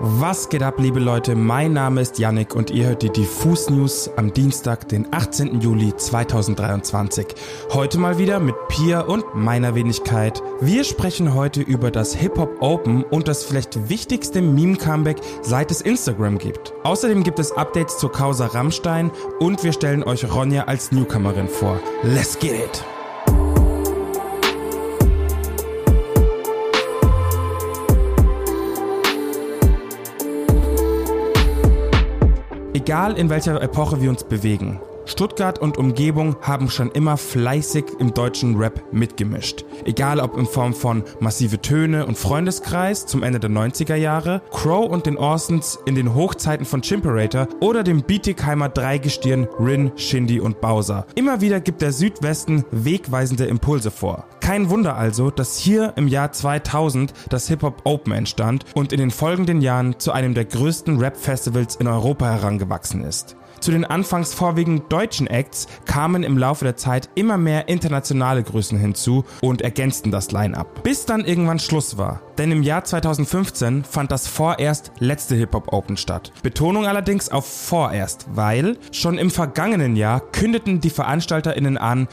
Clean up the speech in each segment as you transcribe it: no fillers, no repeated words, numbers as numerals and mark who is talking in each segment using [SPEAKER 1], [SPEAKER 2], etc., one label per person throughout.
[SPEAKER 1] Was geht ab, liebe Leute? Mein Name ist Yannick und ihr hört die Diffus News am Dienstag, den 18. Juli 2023. Heute mal wieder mit Pia und meiner Wenigkeit. Wir sprechen heute über das Hip-Hop Open und das vielleicht wichtigste Meme-Comeback, seit es Instagram gibt. Außerdem gibt es Updates zur Causa Rammstein und wir stellen euch Ronja als Newcomerin vor. Let's get it! Egal in welcher Epoche wir uns bewegen, Stuttgart und Umgebung haben schon immer fleißig im deutschen Rap mitgemischt. Egal ob in Form von Massive Töne und Freundeskreis zum Ende der 90er Jahre, Crow und den Orsons in den Hochzeiten von Chimperator oder dem Bietigheimer Dreigestirn Rin, Shindy und Bowser. Immer wieder gibt der Südwesten wegweisende Impulse vor. Kein Wunder also, dass hier im Jahr 2000 das Hip-Hop Open entstand und in den folgenden Jahren zu einem der größten Rap-Festivals in Europa herangewachsen ist. Zu den anfangs vorwiegend deutschen Acts kamen im Laufe der Zeit immer mehr internationale Größen hinzu und ergänzten das Line-Up. Bis dann irgendwann Schluss war, denn im Jahr 2015 fand das vorerst letzte Hip-Hop Open statt. Betonung allerdings auf vorerst, weil schon im vergangenen Jahr kündeten die VeranstalterInnen an,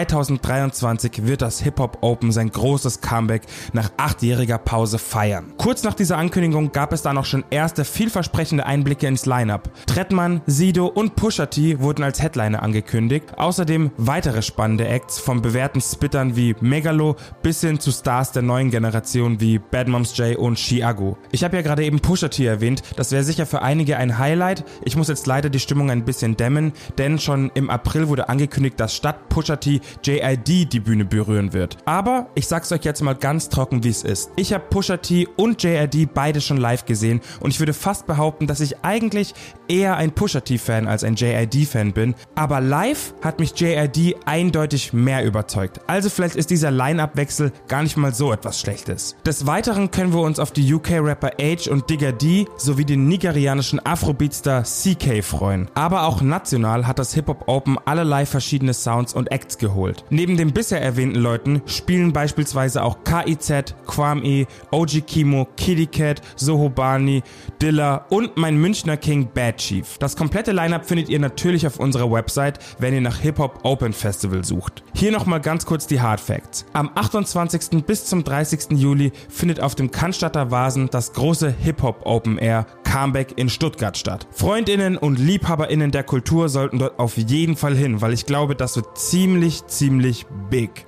[SPEAKER 1] 2023 wird das Hip-Hop Open sein großes Comeback nach 8-jähriger Pause feiern. Kurz nach dieser Ankündigung gab es dann auch schon erste vielversprechende Einblicke ins Line-Up. Trettmann, Sido und Pusha T wurden als Headliner angekündigt. Außerdem weitere spannende Acts von bewährten Spittern wie Megalo bis hin zu Stars der neuen Generation wie Bad Moms J und Chiago. Ich habe ja gerade eben Pusha T erwähnt, das wäre sicher für einige ein Highlight. Ich muss jetzt leider die Stimmung ein bisschen dämmen, denn schon im April wurde angekündigt, dass statt Pusha T JID die Bühne berühren wird. Aber ich sag's euch jetzt mal ganz trocken, wie es ist. Ich habe Pusha T und JID beide schon live gesehen und ich würde fast behaupten, dass ich eigentlich eher ein Pusha T-Fan als ein JID-Fan bin, aber live hat mich JID eindeutig mehr überzeugt. Also vielleicht ist dieser Line-Up-Wechsel gar nicht mal so etwas Schlechtes. Des Weiteren können wir uns auf die UK-Rapper Age und Digga D sowie den nigerianischen Afrobeatstar CK freuen. Aber auch national hat das Hip-Hop Open allerlei verschiedene Sounds und Acts geholt. Neben den bisher erwähnten Leuten spielen beispielsweise auch KIZ, Kwame, OG Kimo, Kitty Cat, Soho Bani, Dilla und mein Münchner King Bad Chief. Das komplette Line-Up findet ihr natürlich auf unserer Website, wenn ihr nach Hip-Hop Open Festival sucht. Hier nochmal ganz kurz die Hard Facts. Am 28. bis zum 30. Juli findet auf dem Cannstatter Vasen das große Hip-Hop Open Air Comeback in Stuttgart statt. FreundInnen und LiebhaberInnen der Kultur sollten dort auf jeden Fall hin, weil ich glaube, das wird ziemlich big.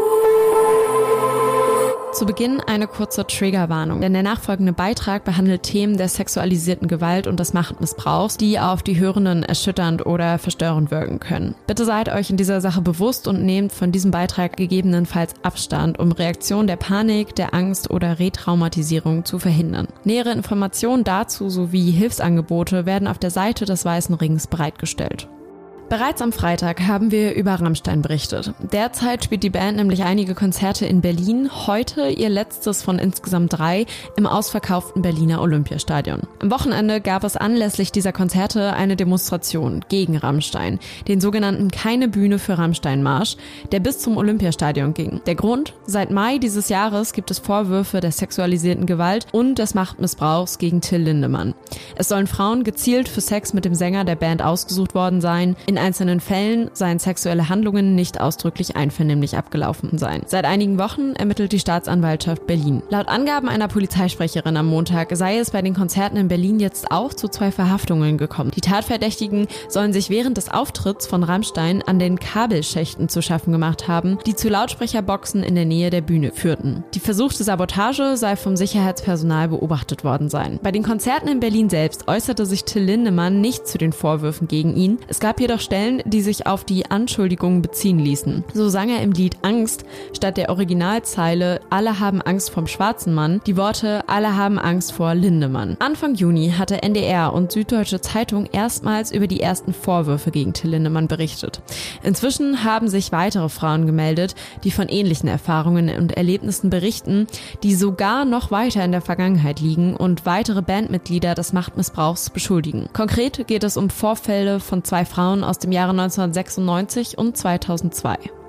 [SPEAKER 2] Zu Beginn eine kurze Triggerwarnung, denn der nachfolgende Beitrag behandelt Themen der sexualisierten Gewalt und des Machtmissbrauchs, die auf die Hörenden erschütternd oder verstörend wirken können. Bitte seid euch in dieser Sache bewusst und nehmt von diesem Beitrag gegebenenfalls Abstand, um Reaktionen der Panik, der Angst oder Retraumatisierung zu verhindern. Nähere Informationen dazu sowie Hilfsangebote werden auf der Seite des Weißen Rings bereitgestellt. Bereits am Freitag haben wir über Rammstein berichtet. Derzeit spielt die Band nämlich einige Konzerte in Berlin, heute ihr letztes von insgesamt 3 im ausverkauften Berliner Olympiastadion. Am Wochenende gab es anlässlich dieser Konzerte eine Demonstration gegen Rammstein, den sogenannten Keine Bühne für Rammstein-Marsch, der bis zum Olympiastadion ging. Der Grund? Seit Mai dieses Jahres gibt es Vorwürfe der sexualisierten Gewalt und des Machtmissbrauchs gegen Till Lindemann. Es sollen Frauen gezielt für Sex mit dem Sänger der Band ausgesucht worden sein. In einzelnen Fällen seien sexuelle Handlungen nicht ausdrücklich einvernehmlich abgelaufen sein. Seit einigen Wochen ermittelt die Staatsanwaltschaft Berlin. Laut Angaben einer Polizeisprecherin am Montag sei es bei den Konzerten in Berlin jetzt auch zu 2 Verhaftungen gekommen. Die Tatverdächtigen sollen sich während des Auftritts von Rammstein an den Kabelschächten zu schaffen gemacht haben, die zu Lautsprecherboxen in der Nähe der Bühne führten. Die versuchte Sabotage sei vom Sicherheitspersonal beobachtet worden sein. Bei den Konzerten in Berlin selbst äußerte sich Till Lindemann nicht zu den Vorwürfen gegen ihn. Es gab jedoch Stellen, die sich auf die Anschuldigungen beziehen ließen. So sang er im Lied Angst statt der Originalzeile Alle haben Angst vom schwarzen Mann die Worte Alle haben Angst vor Lindemann. Anfang Juni hatte NDR und Süddeutsche Zeitung erstmals über die ersten Vorwürfe gegen Till Lindemann berichtet. Inzwischen haben sich weitere Frauen gemeldet, die von ähnlichen Erfahrungen und Erlebnissen berichten, die sogar noch weiter in der Vergangenheit liegen und weitere Bandmitglieder des Machtmissbrauchs beschuldigen. Konkret geht es um Vorfälle von 2 Frauen aus dem Jahre 1996 und 2002.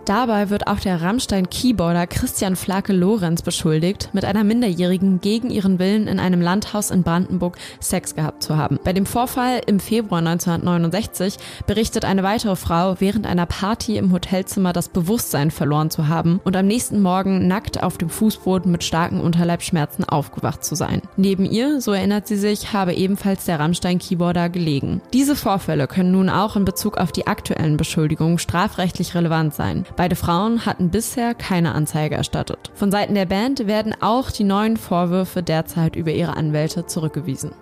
[SPEAKER 2] Dabei wird auch der Rammstein-Keyboarder Christian Flake-Lorenz beschuldigt, mit einer Minderjährigen gegen ihren Willen in einem Landhaus in Brandenburg Sex gehabt zu haben. Bei dem Vorfall im Februar 1969 berichtet eine weitere Frau, während einer Party im Hotelzimmer das Bewusstsein verloren zu haben und am nächsten Morgen nackt auf dem Fußboden mit starken Unterleibsschmerzen aufgewacht zu sein. Neben ihr, so erinnert sie sich, habe ebenfalls der Rammstein-Keyboarder gelegen. Diese Vorfälle können nun auch in Bezug auf die aktuellen Beschuldigungen strafrechtlich relevant sein. Beide Frauen hatten bisher keine Anzeige erstattet. Von Seiten der Band werden auch die neuen Vorwürfe derzeit über ihre Anwälte zurückgewiesen.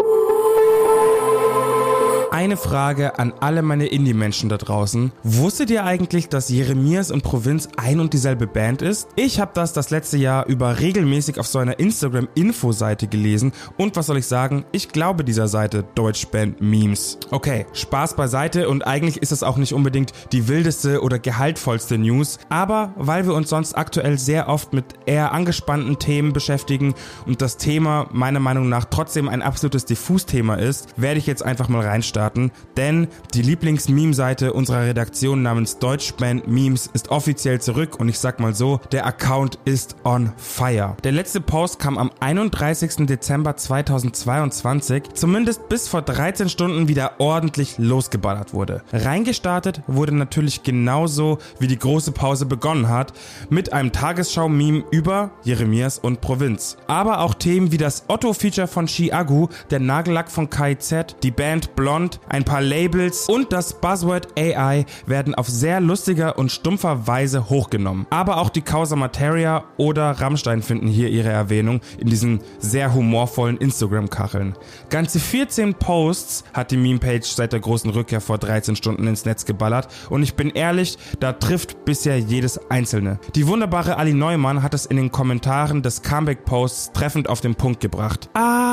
[SPEAKER 1] Eine Frage an alle meine Indie-Menschen da draußen. Wusstet ihr eigentlich, dass Jeremias und Provinz ein und dieselbe Band ist? Ich habe das letzte Jahr über regelmäßig auf so einer Instagram-Info-Seite gelesen und was soll ich sagen? Ich glaube dieser Seite Deutschband-Memes. Okay, Spaß beiseite und eigentlich ist es auch nicht unbedingt die wildeste oder gehaltvollste News, aber weil wir uns sonst aktuell sehr oft mit eher angespannten Themen beschäftigen und das Thema meiner Meinung nach trotzdem ein absolutes Diffus-Thema ist, werde ich jetzt einfach mal reinstarten. Denn die Lieblings-Meme-Seite unserer Redaktion namens Deutschband Memes ist offiziell zurück und ich sag mal so, der Account ist on fire. Der letzte Post kam am 31. Dezember 2022, zumindest bis vor 13 Stunden wieder ordentlich losgeballert wurde. Reingestartet wurde natürlich genauso, wie die große Pause begonnen hat, mit einem Tagesschau-Meme über Jeremias und Provinz. Aber auch Themen wie das Otto-Feature von Chiagu, der Nagellack von KIZ, die Band Blond, ein paar Labels und das Buzzword AI werden auf sehr lustiger und stumpfer Weise hochgenommen. Aber auch die Causa Materia oder Rammstein finden hier ihre Erwähnung in diesen sehr humorvollen Instagram-Kacheln. Ganze 14 Posts hat die Meme-Page seit der großen Rückkehr vor 13 Stunden ins Netz geballert und ich bin ehrlich, da trifft bisher jedes Einzelne. Die wunderbare Ali Neumann hat es in den Kommentaren des Comeback-Posts treffend auf den Punkt gebracht.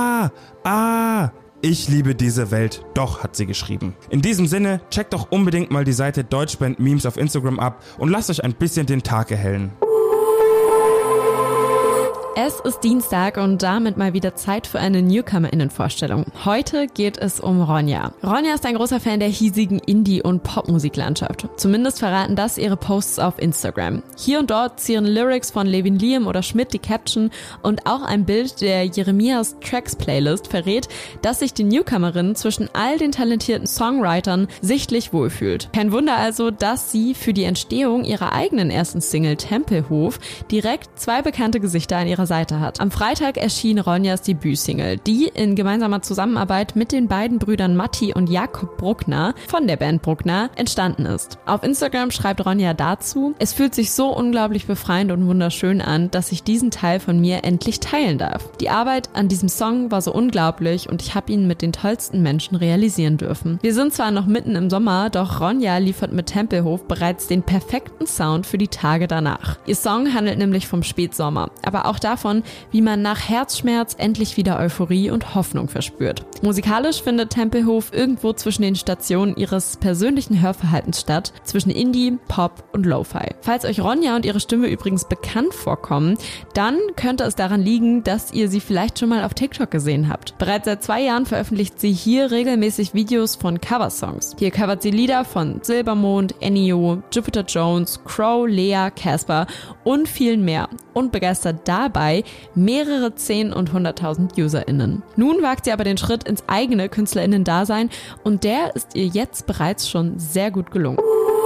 [SPEAKER 1] Ich liebe diese Welt, doch, hat sie geschrieben. In diesem Sinne, checkt doch unbedingt mal die Seite Deutschband Memes auf Instagram ab und lasst euch ein bisschen den Tag erhellen.
[SPEAKER 2] Es ist Dienstag und damit mal wieder Zeit für eine NewcomerInnen-Vorstellung. Heute geht es um Ronja. Ronja ist ein großer Fan der hiesigen Indie- und Popmusiklandschaft. Zumindest verraten das ihre Posts auf Instagram. Hier und dort zieren Lyrics von Levin Liam oder Schmidt die Caption und auch ein Bild der Jeremias Tracks-Playlist verrät, dass sich die Newcomerin zwischen all den talentierten Songwritern sichtlich wohlfühlt. Kein Wunder also, dass sie für die Entstehung ihrer eigenen ersten Single Tempelhof direkt zwei bekannte Gesichter an ihrer Seite hat. Am Freitag erschien Ronjas Debütsingle, die in gemeinsamer Zusammenarbeit mit den beiden Brüdern Matti und Jakob Bruckner von der Band Bruckner entstanden ist. Auf Instagram schreibt Ronja dazu: Es fühlt sich so unglaublich befreiend und wunderschön an, dass ich diesen Teil von mir endlich teilen darf. Die Arbeit an diesem Song war so unglaublich und ich habe ihn mit den tollsten Menschen realisieren dürfen. Wir sind zwar noch mitten im Sommer, doch Ronja liefert mit Tempelhof bereits den perfekten Sound für die Tage danach. Ihr Song handelt nämlich vom Spätsommer, aber auch davon, wie man nach Herzschmerz endlich wieder Euphorie und Hoffnung verspürt. Musikalisch findet Tempelhof irgendwo zwischen den Stationen ihres persönlichen Hörverhaltens statt, zwischen Indie, Pop und Lo-Fi. Falls euch Ronja und ihre Stimme übrigens bekannt vorkommen, dann könnte es daran liegen, dass ihr sie vielleicht schon mal auf TikTok gesehen habt. Bereits seit 2 Jahren veröffentlicht sie hier regelmäßig Videos von Coversongs. Hier covert sie Lieder von Silbermond, Ennio, Jupiter Jones, Crow, Lea, Casper und vielen mehr und begeistert dabei mehrere 10.000 und 100.000 UserInnen. Nun wagt sie aber den Schritt ins eigene KünstlerInnen-Dasein und der ist ihr jetzt bereits schon sehr gut gelungen.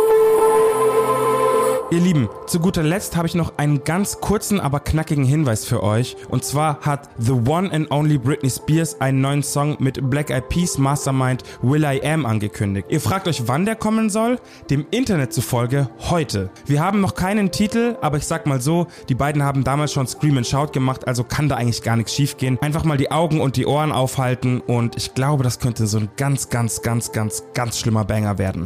[SPEAKER 1] Ihr Lieben, zu guter Letzt habe ich noch einen ganz kurzen, aber knackigen Hinweis für euch. Und zwar hat The One and Only Britney Spears einen neuen Song mit Black Eyed Peas Mastermind will.i.am angekündigt. Ihr fragt euch, wann der kommen soll? Dem Internet zufolge heute. Wir haben noch keinen Titel, aber ich sag mal so, die beiden haben damals schon Scream and Shout gemacht, also kann da eigentlich gar nichts schief gehen. Einfach mal die Augen und die Ohren aufhalten und ich glaube, das könnte so ein ganz schlimmer Banger werden.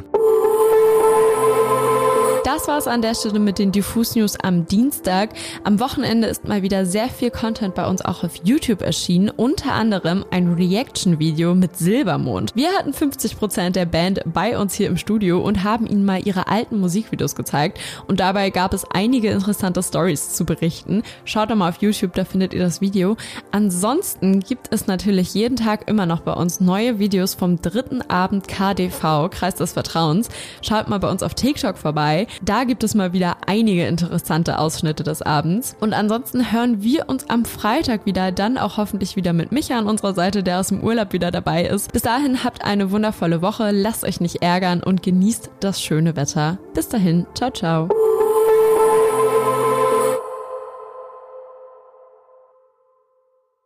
[SPEAKER 2] Das war's an der Stelle mit den Diffus News am Dienstag. Am Wochenende ist mal wieder sehr viel Content bei uns auch auf YouTube erschienen, unter anderem ein Reaction-Video mit Silbermond. Wir hatten 50% der Band bei uns hier im Studio und haben ihnen mal ihre alten Musikvideos gezeigt und dabei gab es einige interessante Stories zu berichten. Schaut doch mal auf YouTube, da findet ihr das Video. Ansonsten gibt es natürlich jeden Tag immer noch bei uns neue Videos vom 3. Abend KDV, Kreis des Vertrauens. Schaut mal bei uns auf TikTok vorbei. Da gibt es mal wieder einige interessante Ausschnitte des Abends. Und ansonsten hören wir uns am Freitag wieder, dann auch hoffentlich wieder mit Micha an unserer Seite, der aus dem Urlaub wieder dabei ist. Bis dahin habt eine wundervolle Woche, lasst euch nicht ärgern und genießt das schöne Wetter. Bis dahin, ciao, ciao.